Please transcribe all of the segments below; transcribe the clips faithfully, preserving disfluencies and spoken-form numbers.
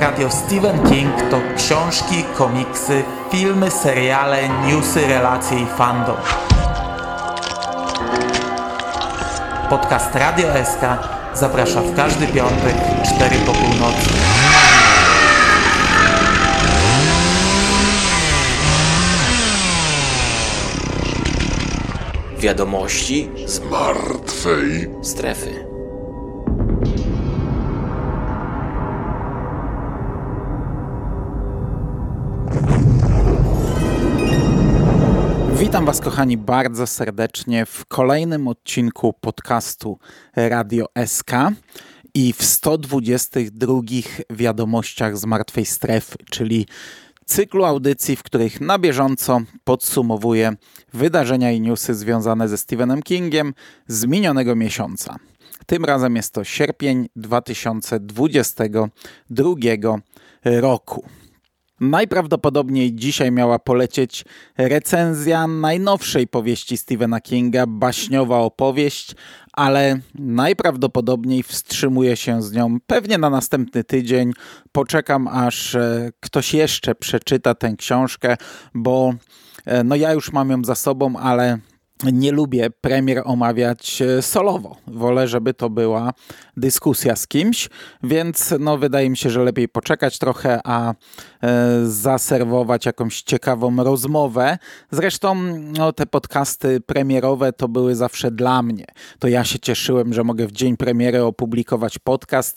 Radio Stephen King to książki, komiksy, filmy, seriale, newsy, relacje i fandom. Podcast Radio S K zaprasza w każdy piątek, cztery po północy. Wiadomości z martwej strefy. Witam Was, kochani, bardzo serdecznie w kolejnym odcinku podcastu Radio S K i w sto dwudziestych drugich wiadomościach z martwej strefy, czyli cyklu audycji, w których na bieżąco podsumowuję wydarzenia i newsy związane ze Stephenem Kingiem z minionego miesiąca. Tym razem jest to sierpień dwa tysiące dwudziestego drugiego roku. Najprawdopodobniej dzisiaj miała polecieć recenzja najnowszej powieści Stephena Kinga, baśniowa opowieść, ale najprawdopodobniej wstrzymuję się z nią pewnie na następny tydzień. Poczekam, aż ktoś jeszcze przeczyta tę książkę, bo no ja już mam ją za sobą, ale nie lubię premier omawiać solowo. Wolę, żeby to była dyskusja z kimś, więc no wydaje mi się, że lepiej poczekać trochę, a e, zaserwować jakąś ciekawą rozmowę. Zresztą no, te podcasty premierowe to były zawsze dla mnie. To ja się cieszyłem, że mogę w dzień premiery opublikować podcast,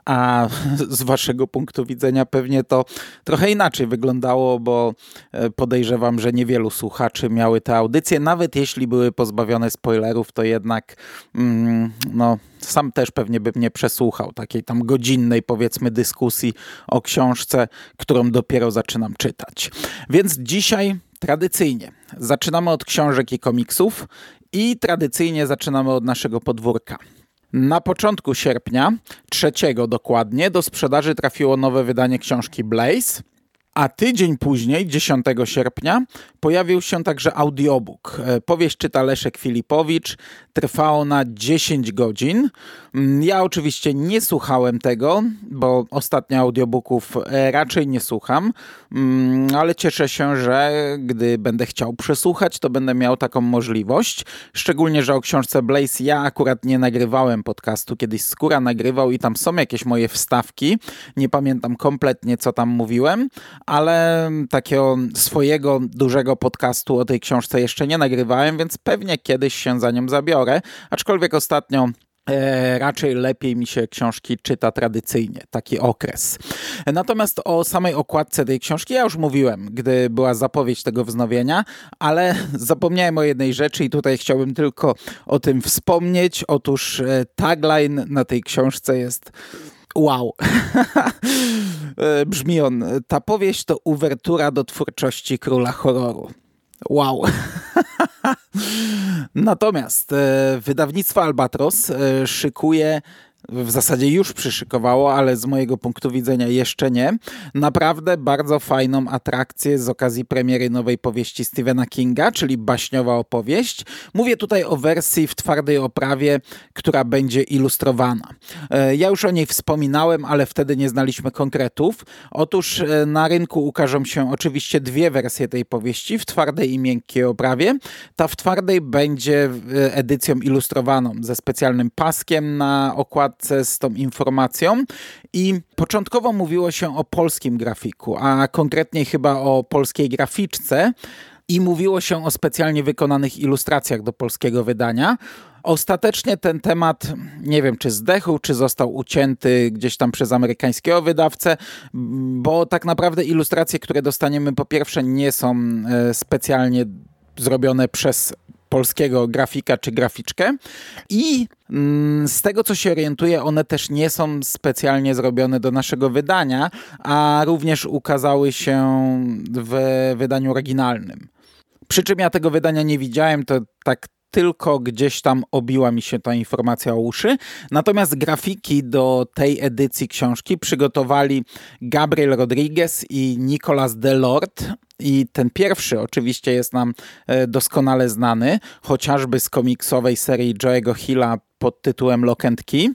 a z waszego punktu widzenia pewnie to trochę inaczej wyglądało, bo podejrzewam, że niewielu słuchaczy miały te audycje. Nawet jeśli były pozbawione spoilerów, to jednak mm, no sam też pewnie bym nie przesłuchał takiej tam godzinnej, powiedzmy, dyskusji o książce, którą dopiero zaczynam czytać. Więc dzisiaj tradycyjnie zaczynamy od książek i komiksów i tradycyjnie zaczynamy od naszego podwórka. Na początku sierpnia, trzeciego dokładnie, do sprzedaży trafiło nowe wydanie książki Blaze, a tydzień później, dziesiątego sierpnia, pojawił się także audiobook. Powieść czyta Leszek Filipowicz, trwa ona dziesięć godzin. Ja oczywiście nie słuchałem tego, bo ostatnio audiobooków raczej nie słucham, ale cieszę się, że gdy będę chciał przesłuchać, to będę miał taką możliwość. Szczególnie, że o książce Blaze ja akurat nie nagrywałem podcastu, kiedyś Skóra nagrywał i tam są jakieś moje wstawki. Nie pamiętam kompletnie, co tam mówiłem, ale takiego swojego dużego podcastu o tej książce jeszcze nie nagrywałem, więc pewnie kiedyś się za nią zabiorę, aczkolwiek ostatnio e, raczej lepiej mi się książki czyta tradycyjnie, taki okres. Natomiast o samej okładce tej książki ja już mówiłem, gdy była zapowiedź tego wznowienia, ale zapomniałem o jednej rzeczy i tutaj chciałbym tylko o tym wspomnieć. Otóż e, tagline na tej książce jest wow. Brzmi on: ta powieść to uwertura do twórczości króla horroru. Wow. Natomiast e, wydawnictwo Albatros e, szykuje, w zasadzie już przyszykowało, ale z mojego punktu widzenia jeszcze nie, naprawdę bardzo fajną atrakcję z okazji premiery nowej powieści Stephena Kinga, czyli baśniowa opowieść. Mówię tutaj o wersji w twardej oprawie, która będzie ilustrowana. Ja już o niej wspominałem, ale wtedy nie znaliśmy konkretów. Otóż na rynku ukażą się oczywiście dwie wersje tej powieści, w twardej i miękkiej oprawie. Ta w twardej będzie edycją ilustrowaną, ze specjalnym paskiem na okładce, z tą informacją i początkowo mówiło się o polskim grafiku, a konkretniej chyba o polskiej graficzce i mówiło się o specjalnie wykonanych ilustracjach do polskiego wydania. Ostatecznie ten temat, nie wiem czy zdechł, czy został ucięty gdzieś tam przez amerykańskiego wydawcę, bo tak naprawdę ilustracje, które dostaniemy, po pierwsze nie są specjalnie zrobione przez polskiego grafika czy graficzkę i mm, z tego co się orientuję, one też nie są specjalnie zrobione do naszego wydania, a również ukazały się w wydaniu oryginalnym. Przy czym ja tego wydania nie widziałem, to tak tylko gdzieś tam obiła mi się ta informacja o uszy. Natomiast grafiki do tej edycji książki przygotowali Gabriel Rodriguez i Nicolas Delord. I ten pierwszy oczywiście jest nam doskonale znany, chociażby z komiksowej serii Joe'ego Hilla pod tytułem Lock and Key.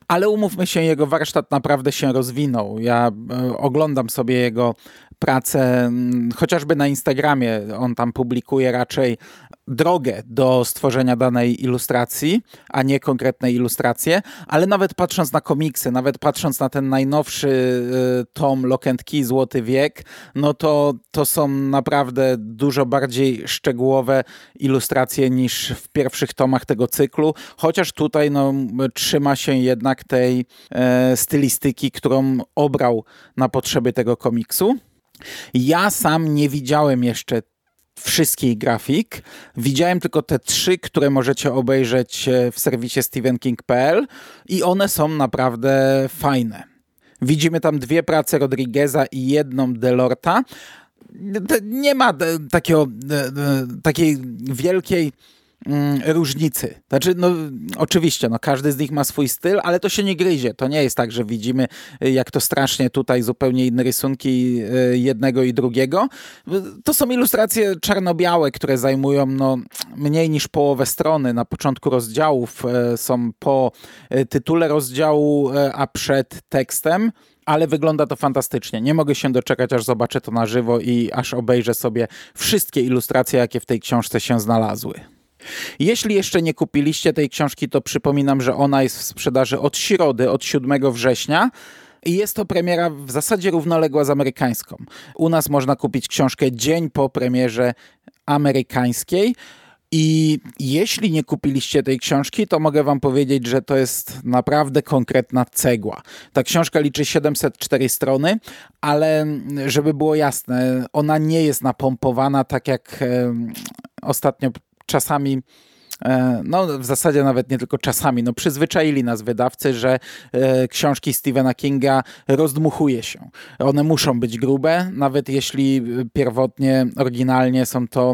Ale umówmy się, jego warsztat naprawdę się rozwinął. Ja e, oglądam sobie jego pracę, m, chociażby na Instagramie. On tam publikuje raczej drogę do stworzenia danej ilustracji, a nie konkretne ilustracje, ale nawet patrząc na komiksy, nawet patrząc na ten najnowszy y, tom Lock and Key, Złoty Wiek, no to, to są naprawdę dużo bardziej szczegółowe ilustracje niż w pierwszych tomach tego cyklu, chociaż tutaj no, trzyma się jednak tej e, stylistyki, którą obrał na potrzeby tego komiksu. Ja sam nie widziałem jeszcze wszystkich grafik. Widziałem tylko te trzy, które możecie obejrzeć w serwisie steven king kropka p l i one są naprawdę fajne. Widzimy tam dwie prace Rodrigueza i jedną Delorta. Nie ma takiego, takiej wielkiej różnicy. Znaczy, no oczywiście, no każdy z nich ma swój styl, ale to się nie gryzie. To nie jest tak, że widzimy, jak to strasznie tutaj zupełnie inne rysunki jednego i drugiego. To są ilustracje czarno-białe, które zajmują no, mniej niż połowę strony. Na początku rozdziałów są po tytule rozdziału, a przed tekstem. Ale wygląda to fantastycznie. Nie mogę się doczekać, aż zobaczę to na żywo i aż obejrzę sobie wszystkie ilustracje, jakie w tej książce się znalazły. Jeśli jeszcze nie kupiliście tej książki, to przypominam, że ona jest w sprzedaży od środy, od siódmego września. I jest to premiera w zasadzie równoległa z amerykańską. U nas można kupić książkę dzień po premierze amerykańskiej. I jeśli nie kupiliście tej książki, to mogę wam powiedzieć, że to jest naprawdę konkretna cegła. Ta książka liczy siedemset cztery strony, ale żeby było jasne, ona nie jest napompowana tak jak e, ostatnio czasami, e, no w zasadzie nawet nie tylko czasami, no przyzwyczaili nas wydawcy, że e, książki Stephena Kinga rozdmuchuje się. One muszą być grube, nawet jeśli pierwotnie, oryginalnie są to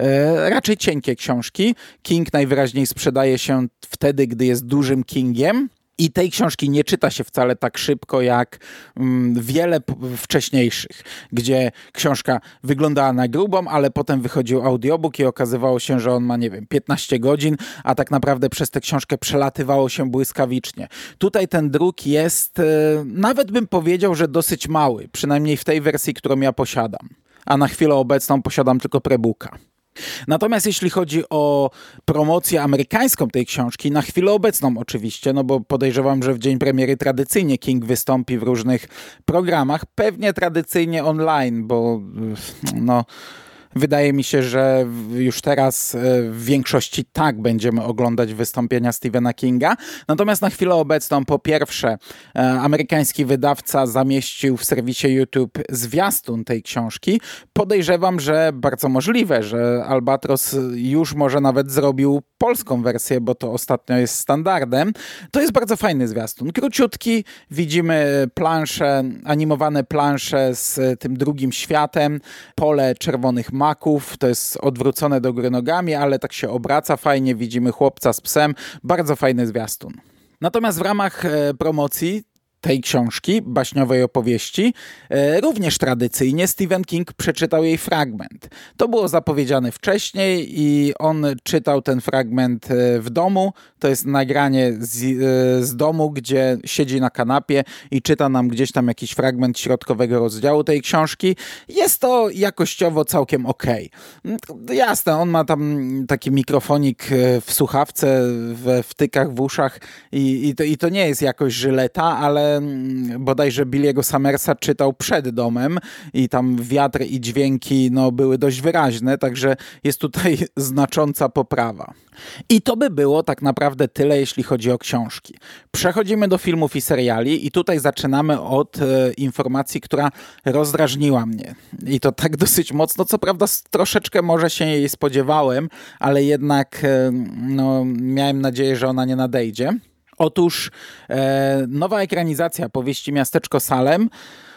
e, raczej cienkie książki. King najwyraźniej sprzedaje się wtedy, gdy jest dużym Kingiem. I tej książki nie czyta się wcale tak szybko jak mm, wiele p- wcześniejszych, gdzie książka wyglądała na grubą, ale potem wychodził audiobook i okazywało się, że on ma, nie wiem, piętnaście godzin, a tak naprawdę przez tę książkę przelatywało się błyskawicznie. Tutaj ten druk jest, e, nawet bym powiedział, że dosyć mały, przynajmniej w tej wersji, którą ja posiadam. A na chwilę obecną posiadam tylko prebooka. Natomiast jeśli chodzi o promocję amerykańską tej książki, na chwilę obecną oczywiście, no bo podejrzewam, że w dzień premiery tradycyjnie King wystąpi w różnych programach, pewnie tradycyjnie online, bo no... Wydaje mi się, że już teraz w większości tak będziemy oglądać wystąpienia Stephena Kinga. Natomiast na chwilę obecną, po pierwsze, amerykański wydawca zamieścił w serwisie YouTube zwiastun tej książki. Podejrzewam, że bardzo możliwe, że Albatros już może nawet zrobił polską wersję, bo to ostatnio jest standardem. To jest bardzo fajny zwiastun. Króciutki, widzimy plansze, animowane plansze z tym drugim światem, pole czerwonych maków, to jest odwrócone do góry nogami, ale tak się obraca fajnie, widzimy chłopca z psem, bardzo fajny zwiastun. Natomiast w ramach e, promocji tej książki, baśniowej opowieści, e, również tradycyjnie Stephen King przeczytał jej fragment. To było zapowiedziane wcześniej i on czytał ten fragment e, w domu. To jest nagranie z, e, z domu, gdzie siedzi na kanapie i czyta nam gdzieś tam jakiś fragment środkowego rozdziału tej książki. Jest to jakościowo całkiem okej. Jasne, on ma tam taki mikrofonik w słuchawce, we wtykach w uszach i, i, to, i to nie jest jakoś żyleta, ale bodajże Billiego Summersa czytał przed domem i tam wiatr i dźwięki no, były dość wyraźne, także jest tutaj znacząca poprawa. I to by było tak naprawdę tyle, jeśli chodzi o książki. Przechodzimy do filmów i seriali i tutaj zaczynamy od e, informacji, która rozdrażniła mnie. I to tak dosyć mocno, co prawda troszeczkę może się jej spodziewałem, ale jednak e, no, miałem nadzieję, że ona nie nadejdzie. Otóż e, nowa ekranizacja powieści Miasteczko Salem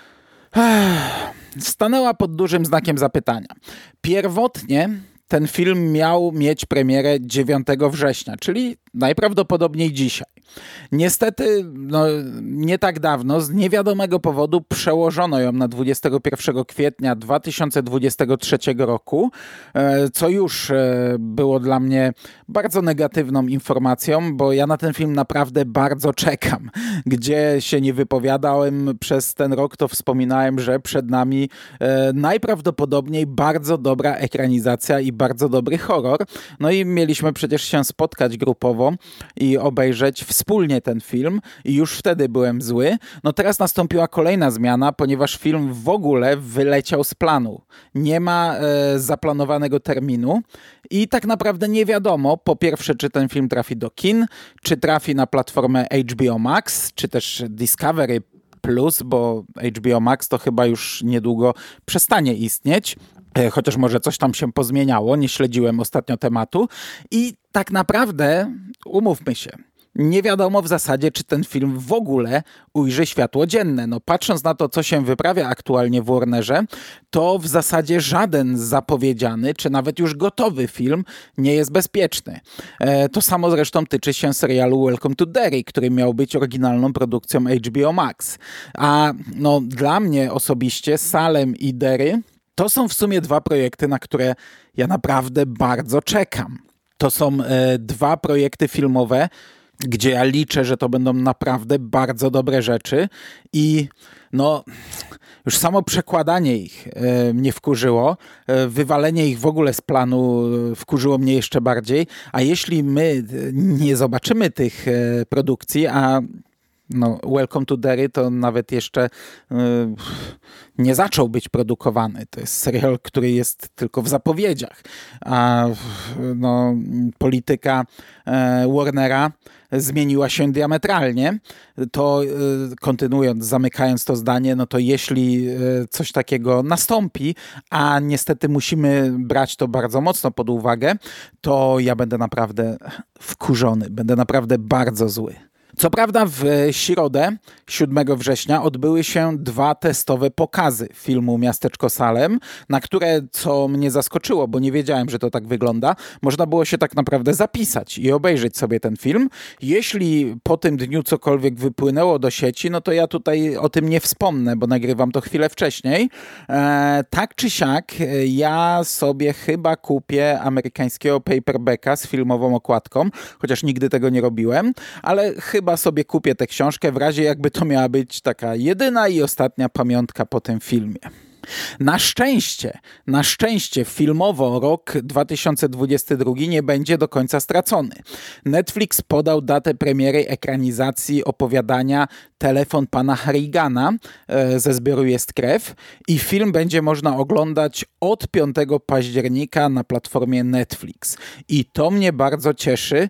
eh, stanęła pod dużym znakiem zapytania. Pierwotnie ten film miał mieć premierę dziewiątego września, czyli najprawdopodobniej dzisiaj. Niestety, no, nie tak dawno, z niewiadomego powodu przełożono ją na dwudziestego pierwszego kwietnia dwa tysiące dwudziestego trzeciego roku, co już było dla mnie bardzo negatywną informacją, bo ja na ten film naprawdę bardzo czekam. Gdzie się nie wypowiadałem przez ten rok, to wspominałem, że przed nami najprawdopodobniej bardzo dobra ekranizacja i bardzo dobry horror. No i mieliśmy przecież się spotkać grupowo i obejrzeć wspólnie ten film i już wtedy byłem zły. No teraz nastąpiła kolejna zmiana, ponieważ film w ogóle wyleciał z planu. Nie ma e, zaplanowanego terminu i tak naprawdę nie wiadomo, po pierwsze, czy ten film trafi do kin, czy trafi na platformę H B O Max, czy też Discovery Plus, bo H B O Max to chyba już niedługo przestanie istnieć. Chociaż może coś tam się pozmieniało, nie śledziłem ostatnio tematu. I tak naprawdę, umówmy się, nie wiadomo w zasadzie, czy ten film w ogóle ujrzy światło dzienne. No, patrząc na to, co się wyprawia aktualnie w Warnerze, to w zasadzie żaden zapowiedziany, czy nawet już gotowy film nie jest bezpieczny. E, to samo zresztą tyczy się serialu Welcome to Derry, który miał być oryginalną produkcją H B O Max. A no, dla mnie osobiście Salem i Derry to są w sumie dwa projekty, na które ja naprawdę bardzo czekam. To są e, dwa projekty filmowe, gdzie ja liczę, że to będą naprawdę bardzo dobre rzeczy i no już samo przekładanie ich e, mnie wkurzyło, e, wywalenie ich w ogóle z planu e, wkurzyło mnie jeszcze bardziej, a jeśli my nie zobaczymy tych e, produkcji, a no, Welcome to Derry to nawet jeszcze y, nie zaczął być produkowany. To jest serial, który jest tylko w zapowiedziach. A no, polityka e, Warnera zmieniła się diametralnie. To y, kontynuując, zamykając to zdanie, no to jeśli y, coś takiego nastąpi, a niestety musimy brać to bardzo mocno pod uwagę, to ja będę naprawdę wkurzony. Będę naprawdę bardzo zły. Co prawda w środę, siódmego września, odbyły się dwa testowe pokazy filmu Miasteczko Salem, na które, co mnie zaskoczyło, bo nie wiedziałem, że to tak wygląda, można było się tak naprawdę zapisać i obejrzeć sobie ten film. Jeśli po tym dniu cokolwiek wypłynęło do sieci, no to ja tutaj o tym nie wspomnę, bo nagrywam to chwilę wcześniej. E, tak czy siak, ja sobie chyba kupię amerykańskiego paperbacka z filmową okładką, chociaż nigdy tego nie robiłem, ale chyba Chyba sobie kupię tę książkę w razie jakby to miała być taka jedyna i ostatnia pamiątka po tym filmie. Na szczęście, na szczęście filmowo rok dwa tysiące dwudziesty drugi nie będzie do końca stracony. Netflix podał datę premiery ekranizacji opowiadania Telefon pana Harrigana e, ze zbioru Jest krew i film będzie można oglądać od piątego października na platformie Netflix. I to mnie bardzo cieszy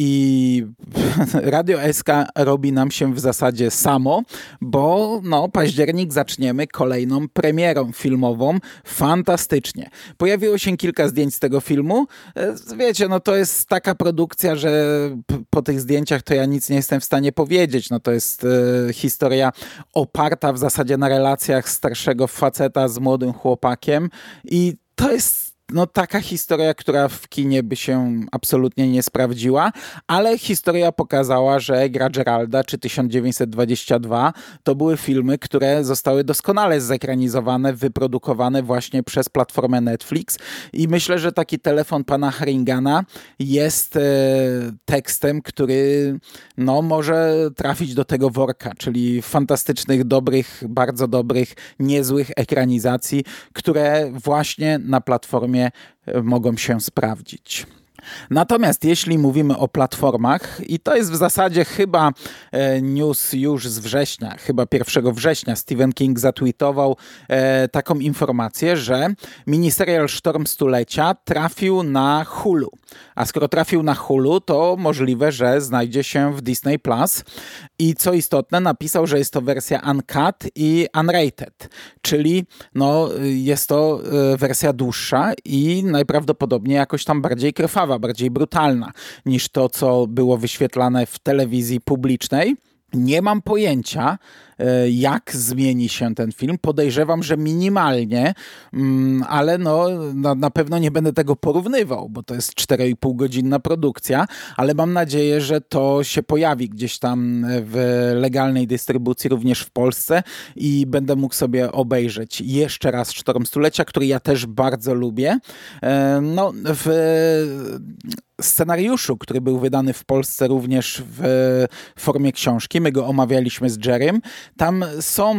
i Radio S K robi nam się w zasadzie samo, bo no, październik zaczniemy kolejną premierą filmową. Fantastycznie. Pojawiło się kilka zdjęć z tego filmu. Wiecie, no to jest taka produkcja, że p- po tych zdjęciach to ja nic nie jestem w stanie powiedzieć. No to jest e, historia oparta w zasadzie na relacjach starszego faceta z młodym chłopakiem i to jest no taka historia, która w kinie by się absolutnie nie sprawdziła, ale historia pokazała, że Gra Geralda czy tysiąc dziewięćset dwadzieścia dwa to były filmy, które zostały doskonale zekranizowane, wyprodukowane właśnie przez platformę Netflix i myślę, że taki Telefon pana Harringana jest e, tekstem, który no może trafić do tego worka, czyli fantastycznych, dobrych, bardzo dobrych, niezłych ekranizacji, które właśnie na platformie mogą się sprawdzić. Natomiast jeśli mówimy o platformach, i to jest w zasadzie chyba e, news już z września, chyba pierwszego września, Stephen King zatweetował e, taką informację, że miniserial Sztorm Stulecia trafił na Hulu. A skoro trafił na Hulu, to możliwe, że znajdzie się w Disney Plus. I co istotne, napisał, że jest to wersja uncut i unrated, czyli no, jest to e, wersja dłuższa i najprawdopodobniej jakoś tam bardziej krwawa, bardziej brutalna niż to, co było wyświetlane w telewizji publicznej. Nie mam pojęcia, jak zmieni się ten film. Podejrzewam, że minimalnie, ale no, na, na pewno nie będę tego porównywał, bo to jest cztery i pół godzinna produkcja, ale mam nadzieję, że to się pojawi gdzieś tam w legalnej dystrybucji również w Polsce i będę mógł sobie obejrzeć jeszcze raz Sztorm Stulecia, który ja też bardzo lubię. No, w scenariuszu, który był wydany w Polsce również w formie książki, my go omawialiśmy z Jerrym, tam są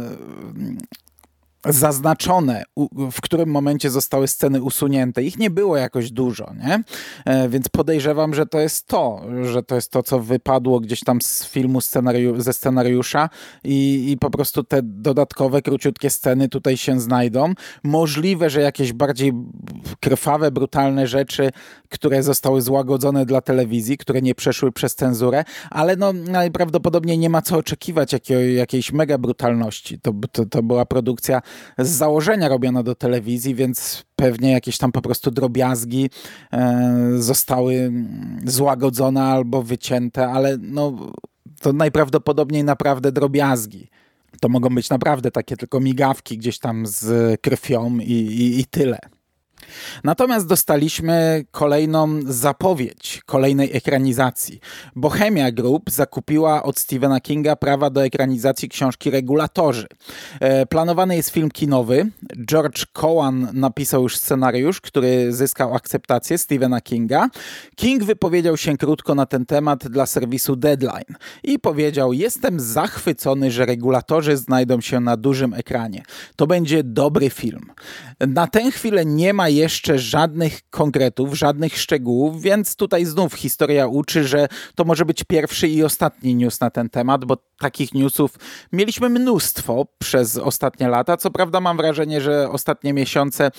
zaznaczone, w którym momencie zostały sceny usunięte. Ich nie było jakoś dużo, nie? Więc podejrzewam, że to jest to, że to jest to, co wypadło gdzieś tam z filmu, scenariu- ze scenariusza i, i po prostu te dodatkowe, króciutkie sceny tutaj się znajdą. Możliwe, że jakieś bardziej krwawe, brutalne rzeczy, które zostały złagodzone dla telewizji, które nie przeszły przez cenzurę, ale no najprawdopodobniej nie ma co oczekiwać jakiej, jakiejś mega brutalności. To, to, to była produkcja z założenia robiona do telewizji, więc pewnie jakieś tam po prostu drobiazgi e, zostały złagodzone albo wycięte, ale no to najprawdopodobniej naprawdę drobiazgi. To mogą być naprawdę takie tylko migawki gdzieś tam z krwią i, i, i tyle. Natomiast dostaliśmy kolejną zapowiedź kolejnej ekranizacji. Bohemia Group zakupiła od Stephena Kinga prawa do ekranizacji książki Regulatorzy. E, planowany jest film kinowy. George Cowan napisał już scenariusz, który zyskał akceptację Stephena Kinga. King wypowiedział się krótko na ten temat dla serwisu Deadline i powiedział: jestem zachwycony, że Regulatorzy znajdą się na dużym ekranie. To będzie dobry film. Na tę chwilę nie ma jeszcze żadnych konkretów, żadnych szczegółów, więc tutaj znów historia uczy, że to może być pierwszy i ostatni news na ten temat, bo takich newsów mieliśmy mnóstwo przez ostatnie lata. Co prawda mam wrażenie, że ostatnie miesiące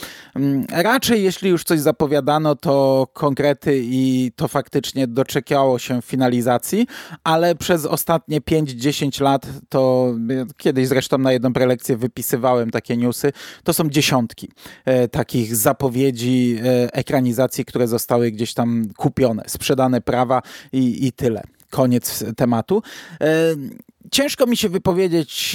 raczej jeśli już coś zapowiadano, to konkrety i to faktycznie doczekało się finalizacji, ale przez ostatnie pięć dziesięć lat, to kiedyś zresztą na jedną prelekcję wypisywałem takie newsy, to są dziesiątki e, takich zapowiedzi e, ekranizacji, które zostały gdzieś tam kupione, sprzedane prawa i, i tyle. Koniec tematu. E, ciężko mi się wypowiedzieć,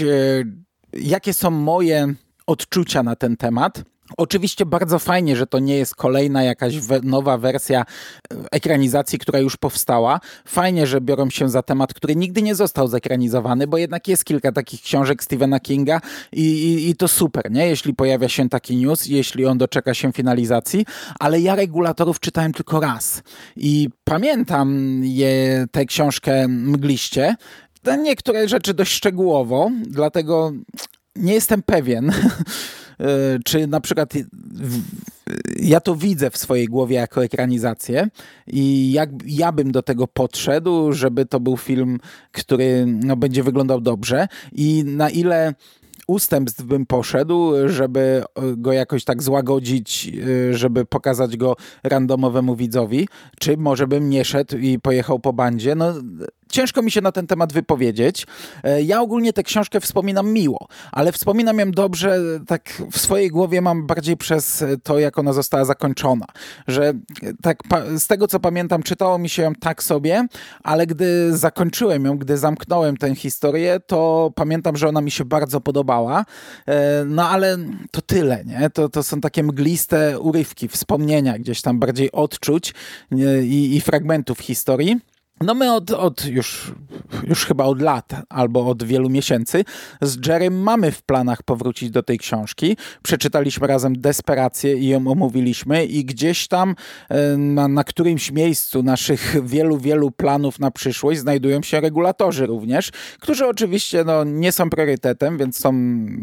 e, jakie są moje odczucia na ten temat. Oczywiście bardzo fajnie, że to nie jest kolejna jakaś we- nowa wersja ekranizacji, która już powstała. Fajnie, że biorą się za temat, który nigdy nie został zekranizowany, bo jednak jest kilka takich książek Stephena Kinga i, i, i to super, nie? Jeśli pojawia się taki news, jeśli on doczeka się finalizacji, ale ja Regulatorów czytałem tylko raz i pamiętam je, tę książkę mgliście, niektóre rzeczy dość szczegółowo, dlatego nie jestem pewien, czy na przykład ja to widzę w swojej głowie jako ekranizację i jak ja bym do tego podszedł, żeby to był film, który no, będzie wyglądał dobrze i na ile ustępstw bym poszedł, żeby go jakoś tak złagodzić, żeby pokazać go randomowemu widzowi, czy może bym nie szedł i pojechał po bandzie. No, ciężko mi się na ten temat wypowiedzieć. Ja ogólnie tę książkę wspominam miło, ale wspominam ją dobrze, tak w swojej głowie mam bardziej przez to, jak ona została zakończona. Że tak z tego, co pamiętam, czytało mi się ją tak sobie, ale gdy zakończyłem ją, gdy zamknąłem tę historię, to pamiętam, że ona mi się bardzo podobała. No ale to tyle, nie? To, to są takie mgliste urywki, wspomnienia, gdzieś tam bardziej odczuć i, i fragmentów historii. No my od, od już, już chyba od lat albo od wielu miesięcy z Jerrym mamy w planach powrócić do tej książki. Przeczytaliśmy razem Desperację i ją omówiliśmy i gdzieś tam na, na którymś miejscu naszych wielu, wielu planów na przyszłość znajdują się Regulatorzy również, którzy oczywiście no, nie są priorytetem, więc są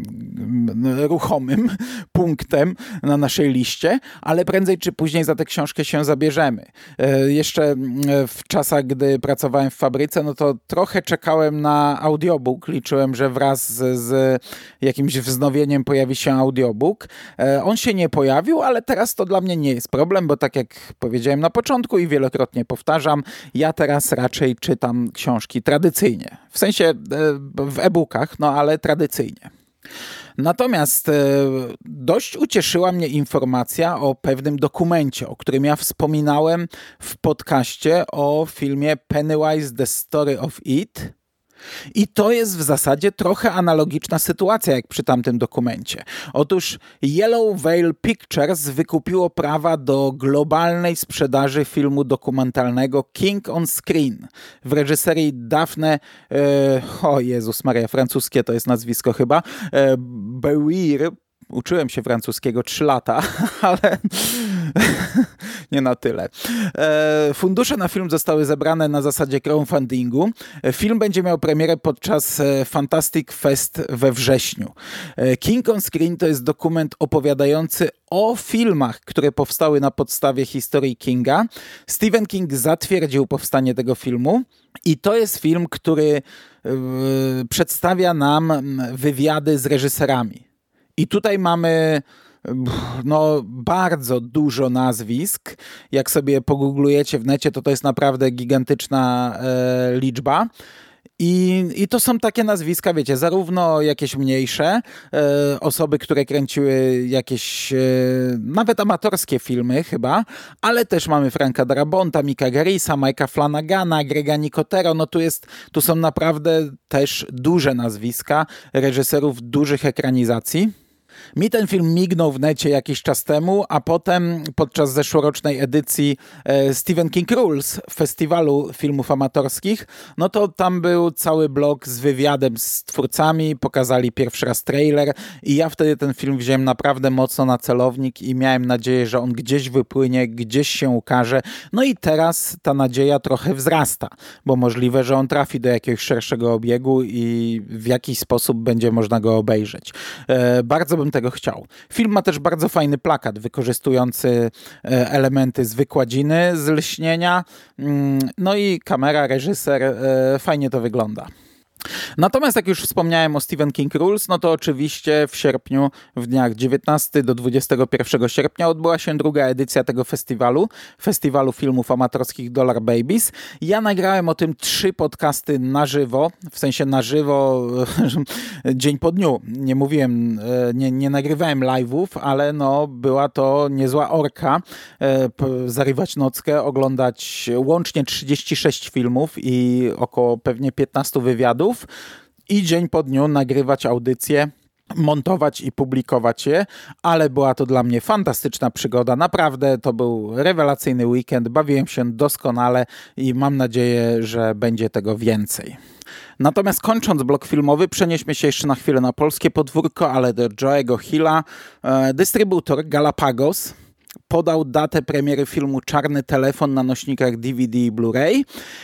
ruchomym punktem na naszej liście, ale prędzej czy później za tę książkę się zabierzemy. Jeszcze w czasach, gdy pracowałem w fabryce, no to trochę czekałem na audiobook. Liczyłem, że wraz z, z jakimś wznowieniem pojawi się audiobook. E, on się nie pojawił, ale teraz to dla mnie nie jest problem, bo tak jak powiedziałem na początku i wielokrotnie powtarzam, ja teraz raczej czytam książki tradycyjnie. W sensie e, w e-bookach, no ale tradycyjnie. Natomiast dość ucieszyła mnie informacja o pewnym dokumencie, o którym ja wspominałem w podcaście o filmie Pennywise The Story of It. I to jest w zasadzie trochę analogiczna sytuacja jak przy tamtym dokumencie. Otóż Yellow Veil Pictures wykupiło prawa do globalnej sprzedaży filmu dokumentalnego King on Screen w reżyserii Daphne, e, o Jezus Maria, francuskie to jest nazwisko chyba, e, Beuir. Uczyłem się francuskiego trzy lata, ale nie na tyle. Fundusze na film zostały zebrane na zasadzie crowdfundingu. Film będzie miał premierę podczas Fantastic Fest we wrześniu. King on Screen to jest dokument opowiadający o filmach, które powstały na podstawie historii Kinga. Stephen King zatwierdził powstanie tego filmu i to jest film, który przedstawia nam wywiady z reżyserami. I tutaj mamy no, bardzo dużo nazwisk. Jak sobie pogooglujecie w necie, to to jest naprawdę gigantyczna e, liczba. I, I to są takie nazwiska, wiecie, zarówno jakieś mniejsze, e, osoby, które kręciły jakieś e, nawet amatorskie filmy chyba, ale też mamy Franka Darabonta, Micka Garrisa, Mike'a Flanagana, Grega Nicotero, no tu jest, tu są naprawdę też duże nazwiska reżyserów dużych ekranizacji. Mi ten film mignął w necie jakiś czas temu, a potem podczas zeszłorocznej edycji e, Stephen King Rules, festiwalu filmów amatorskich, no to tam był cały blog z wywiadem z twórcami, pokazali pierwszy raz trailer i ja wtedy ten film wziąłem naprawdę mocno na celownik i miałem nadzieję, że on gdzieś wypłynie, gdzieś się ukaże. No i teraz ta nadzieja trochę wzrasta, bo możliwe, że on trafi do jakiegoś szerszego obiegu i w jakiś sposób będzie można go obejrzeć. E, bardzo bym tego chciał. Film ma też bardzo fajny plakat wykorzystujący elementy z wykładziny, z lśnienia. No i kamera, reżyser, fajnie to wygląda. Natomiast jak już wspomniałem o Stephen King Rules, no to oczywiście w sierpniu, w dniach dziewiętnastego do dwudziestego pierwszego sierpnia odbyła się druga edycja tego festiwalu, Festiwalu Filmów Amatorskich Dollar Babies. Ja nagrałem o tym trzy podcasty na żywo, w sensie na żywo dzień po dniu. Nie mówiłem, nie, nie nagrywałem live'ów, ale no była to niezła orka. Zarywać nockę, oglądać łącznie trzydzieści sześć filmów i około pewnie piętnaście wywiadów. I dzień po dniu nagrywać audycje, montować i publikować je, ale była to dla mnie fantastyczna przygoda. Naprawdę to był rewelacyjny weekend, bawiłem się doskonale i mam nadzieję, że będzie tego więcej. Natomiast kończąc blok filmowy, przenieśmy się jeszcze na chwilę na polskie podwórko, ale do Joe'ego Hilla. Dystrybutor Galapagos podał datę premiery filmu Czarny telefon na nośnikach D V D i Blu-ray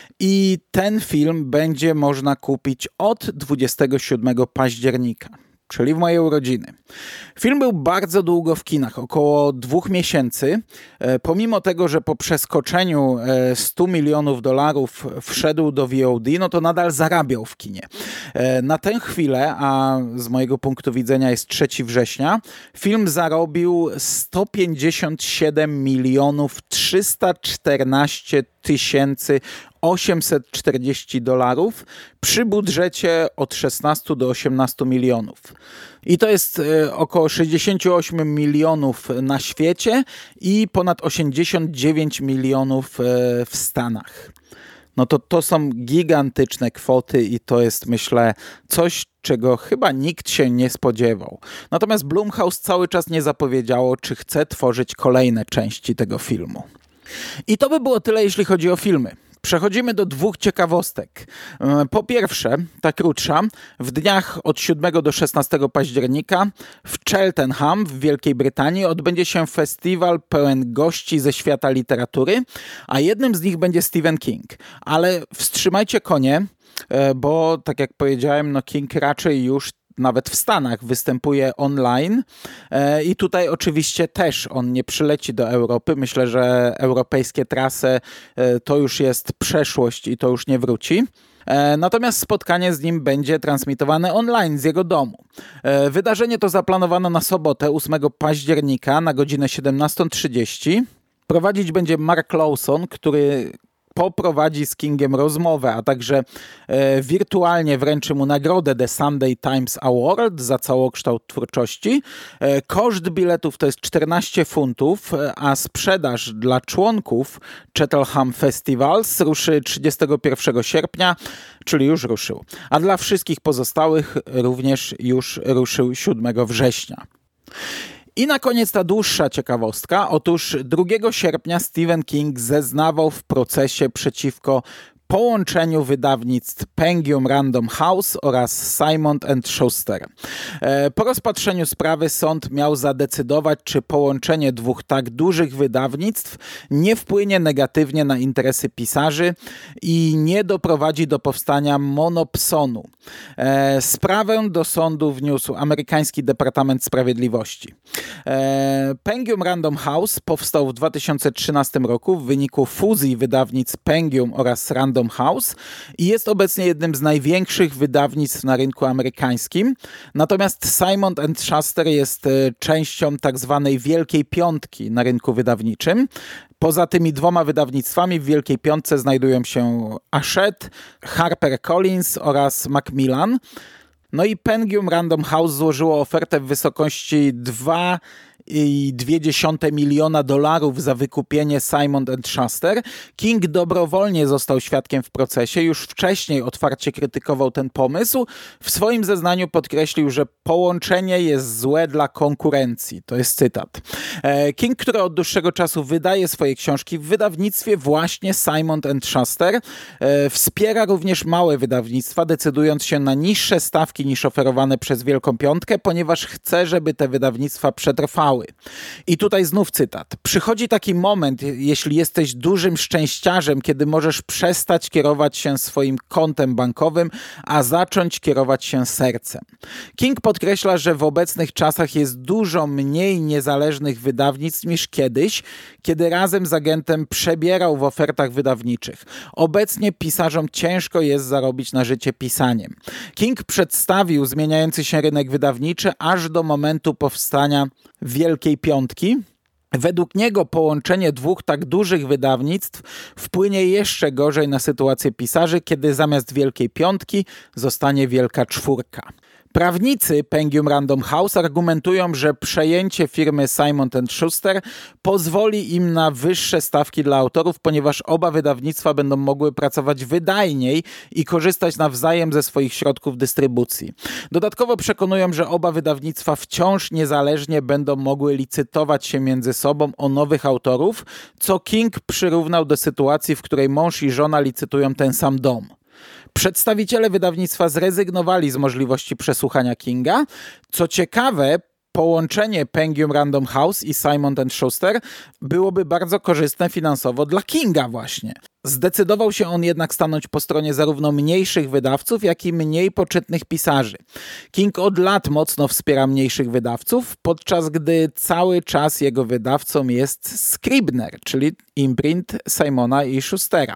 i ten film będzie można kupić od dwudziestego siódmego października, czyli w moje urodziny. Film był bardzo długo w kinach, około dwóch miesięcy. Pomimo tego, że po przeskoczeniu stu milionów dolarów wszedł do V O D, no to nadal zarabiał w kinie. Na tę chwilę, a z mojego punktu widzenia jest trzeciego września, film zarobił sto pięćdziesiąt siedem milionów trzysta czternaście tysięcy osiemset czterdzieści dolarów przy budżecie od szesnastu do osiemnastu milionów. I to jest około sześćdziesiąt osiem milionów na świecie i ponad osiemdziesiąt dziewięć milionów w Stanach. No to to są gigantyczne kwoty i to jest, myślę, coś, czego chyba nikt się nie spodziewał. Natomiast Blumhouse cały czas nie zapowiedziało, czy chce tworzyć kolejne części tego filmu. I to by było tyle, jeśli chodzi o filmy. Przechodzimy do dwóch ciekawostek. Po pierwsze, ta krótsza, w dniach od siódmego do szesnastego października w Cheltenham w Wielkiej Brytanii odbędzie się festiwal pełen gości ze świata literatury, a jednym z nich będzie Stephen King. Ale wstrzymajcie konie, bo tak jak powiedziałem, no King raczej już nawet w Stanach występuje online i tutaj oczywiście też on nie przyleci do Europy. Myślę, że europejskie trasy to już jest przeszłość i to już nie wróci. Natomiast spotkanie z nim będzie transmitowane online z jego domu. Wydarzenie to zaplanowano na sobotę ósmego października na godzinę siedemnastą trzydzieści. Prowadzić będzie Mark Lawson, który poprowadzi z Kingiem rozmowę, a także e, wirtualnie wręczy mu nagrodę The Sunday Times Award za całokształt twórczości. E, koszt biletów to jest czternaście funtów, a sprzedaż dla członków Cheltenham Festivals ruszy trzydziestego pierwszego sierpnia, czyli już ruszył. A dla wszystkich pozostałych również już ruszył siódmego września. I na koniec ta dłuższa ciekawostka. Otóż drugiego sierpnia Stephen King zeznawał w procesie przeciwko połączeniu wydawnictw Penguin Random House oraz Simon and Schuster. Po rozpatrzeniu sprawy sąd miał zadecydować, czy połączenie dwóch tak dużych wydawnictw nie wpłynie negatywnie na interesy pisarzy i nie doprowadzi do powstania monopsonu. Sprawę do sądu wniósł amerykański Departament Sprawiedliwości. Penguin Random House powstał w dwa tysiące trzynastym roku w wyniku fuzji wydawnictw Penguin oraz Random House i jest obecnie jednym z największych wydawnictw na rynku amerykańskim. Natomiast Simon and Schuster jest częścią tak zwanej Wielkiej Piątki na rynku wydawniczym. Poza tymi dwoma wydawnictwami w Wielkiej Piątce znajdują się Hachette, HarperCollins oraz Macmillan. No i Penguin Random House złożyło ofertę w wysokości dwa i dwie dziesiąte miliona dolarów za wykupienie Simon and Schuster. King dobrowolnie został świadkiem w procesie. Już wcześniej otwarcie krytykował ten pomysł. W swoim zeznaniu podkreślił, że połączenie jest złe dla konkurencji. To jest cytat. King, który od dłuższego czasu wydaje swoje książki w wydawnictwie właśnie Simon and Schuster, wspiera również małe wydawnictwa, decydując się na niższe stawki niż oferowane przez Wielką Piątkę, ponieważ chce, żeby te wydawnictwa przetrwały. I tutaj znów cytat. Przychodzi taki moment, jeśli jesteś dużym szczęściarzem, kiedy możesz przestać kierować się swoim kontem bankowym, a zacząć kierować się sercem. King podkreśla, że w obecnych czasach jest dużo mniej niezależnych wydawnictw niż kiedyś, kiedy razem z agentem przebierał w ofertach wydawniczych. Obecnie pisarzom ciężko jest zarobić na życie pisaniem. King przedstawił zmieniający się rynek wydawniczy aż do momentu powstania Wielkiej Piątki. Według niego połączenie dwóch tak dużych wydawnictw wpłynie jeszcze gorzej na sytuację pisarzy, kiedy zamiast Wielkiej Piątki zostanie Wielka Czwórka. Prawnicy Penguin Random House argumentują, że przejęcie firmy Simon and Schuster pozwoli im na wyższe stawki dla autorów, ponieważ oba wydawnictwa będą mogły pracować wydajniej i korzystać nawzajem ze swoich środków dystrybucji. Dodatkowo przekonują, że oba wydawnictwa wciąż niezależnie będą mogły licytować się między sobą o nowych autorów, co King przyrównał do sytuacji, w której mąż i żona licytują ten sam dom. Przedstawiciele wydawnictwa zrezygnowali z możliwości przesłuchania Kinga. Co ciekawe, połączenie Penguin Random House i Simon and Schuster byłoby bardzo korzystne finansowo dla Kinga właśnie. Zdecydował się on jednak stanąć po stronie zarówno mniejszych wydawców, jak i mniej poczytnych pisarzy. King od lat mocno wspiera mniejszych wydawców, podczas gdy cały czas jego wydawcą jest Scribner, czyli imprint Simona i Schustera.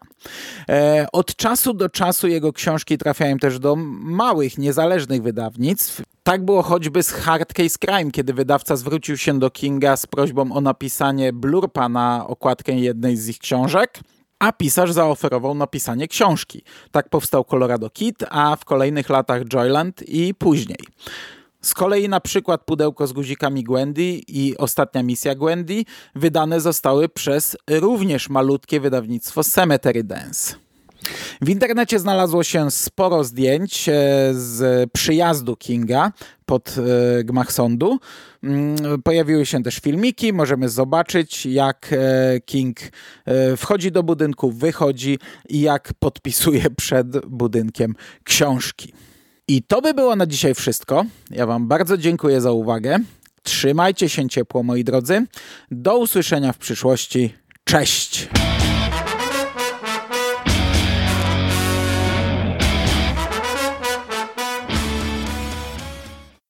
E, od czasu do czasu jego książki trafiają też do małych, niezależnych wydawnictw. Tak było choćby z Hard Case Crime, kiedy wydawca zwrócił się do Kinga z prośbą o napisanie blurba na okładkę jednej z ich książek, a pisarz zaoferował napisanie książki. Tak powstał Colorado Kid, a w kolejnych latach Joyland i później. Z kolei na przykład Pudełko z guzikami Gwendy i Ostatnia misja Gwendy wydane zostały przez również malutkie wydawnictwo Cemetery Dance. W internecie znalazło się sporo zdjęć z przyjazdu Kinga pod gmach sądu. Pojawiły się też filmiki, możemy zobaczyć, jak King wchodzi do budynku, wychodzi i jak podpisuje przed budynkiem książki. I to by było na dzisiaj wszystko. Ja wam bardzo dziękuję za uwagę. Trzymajcie się ciepło, moi drodzy. Do usłyszenia w przyszłości. Cześć!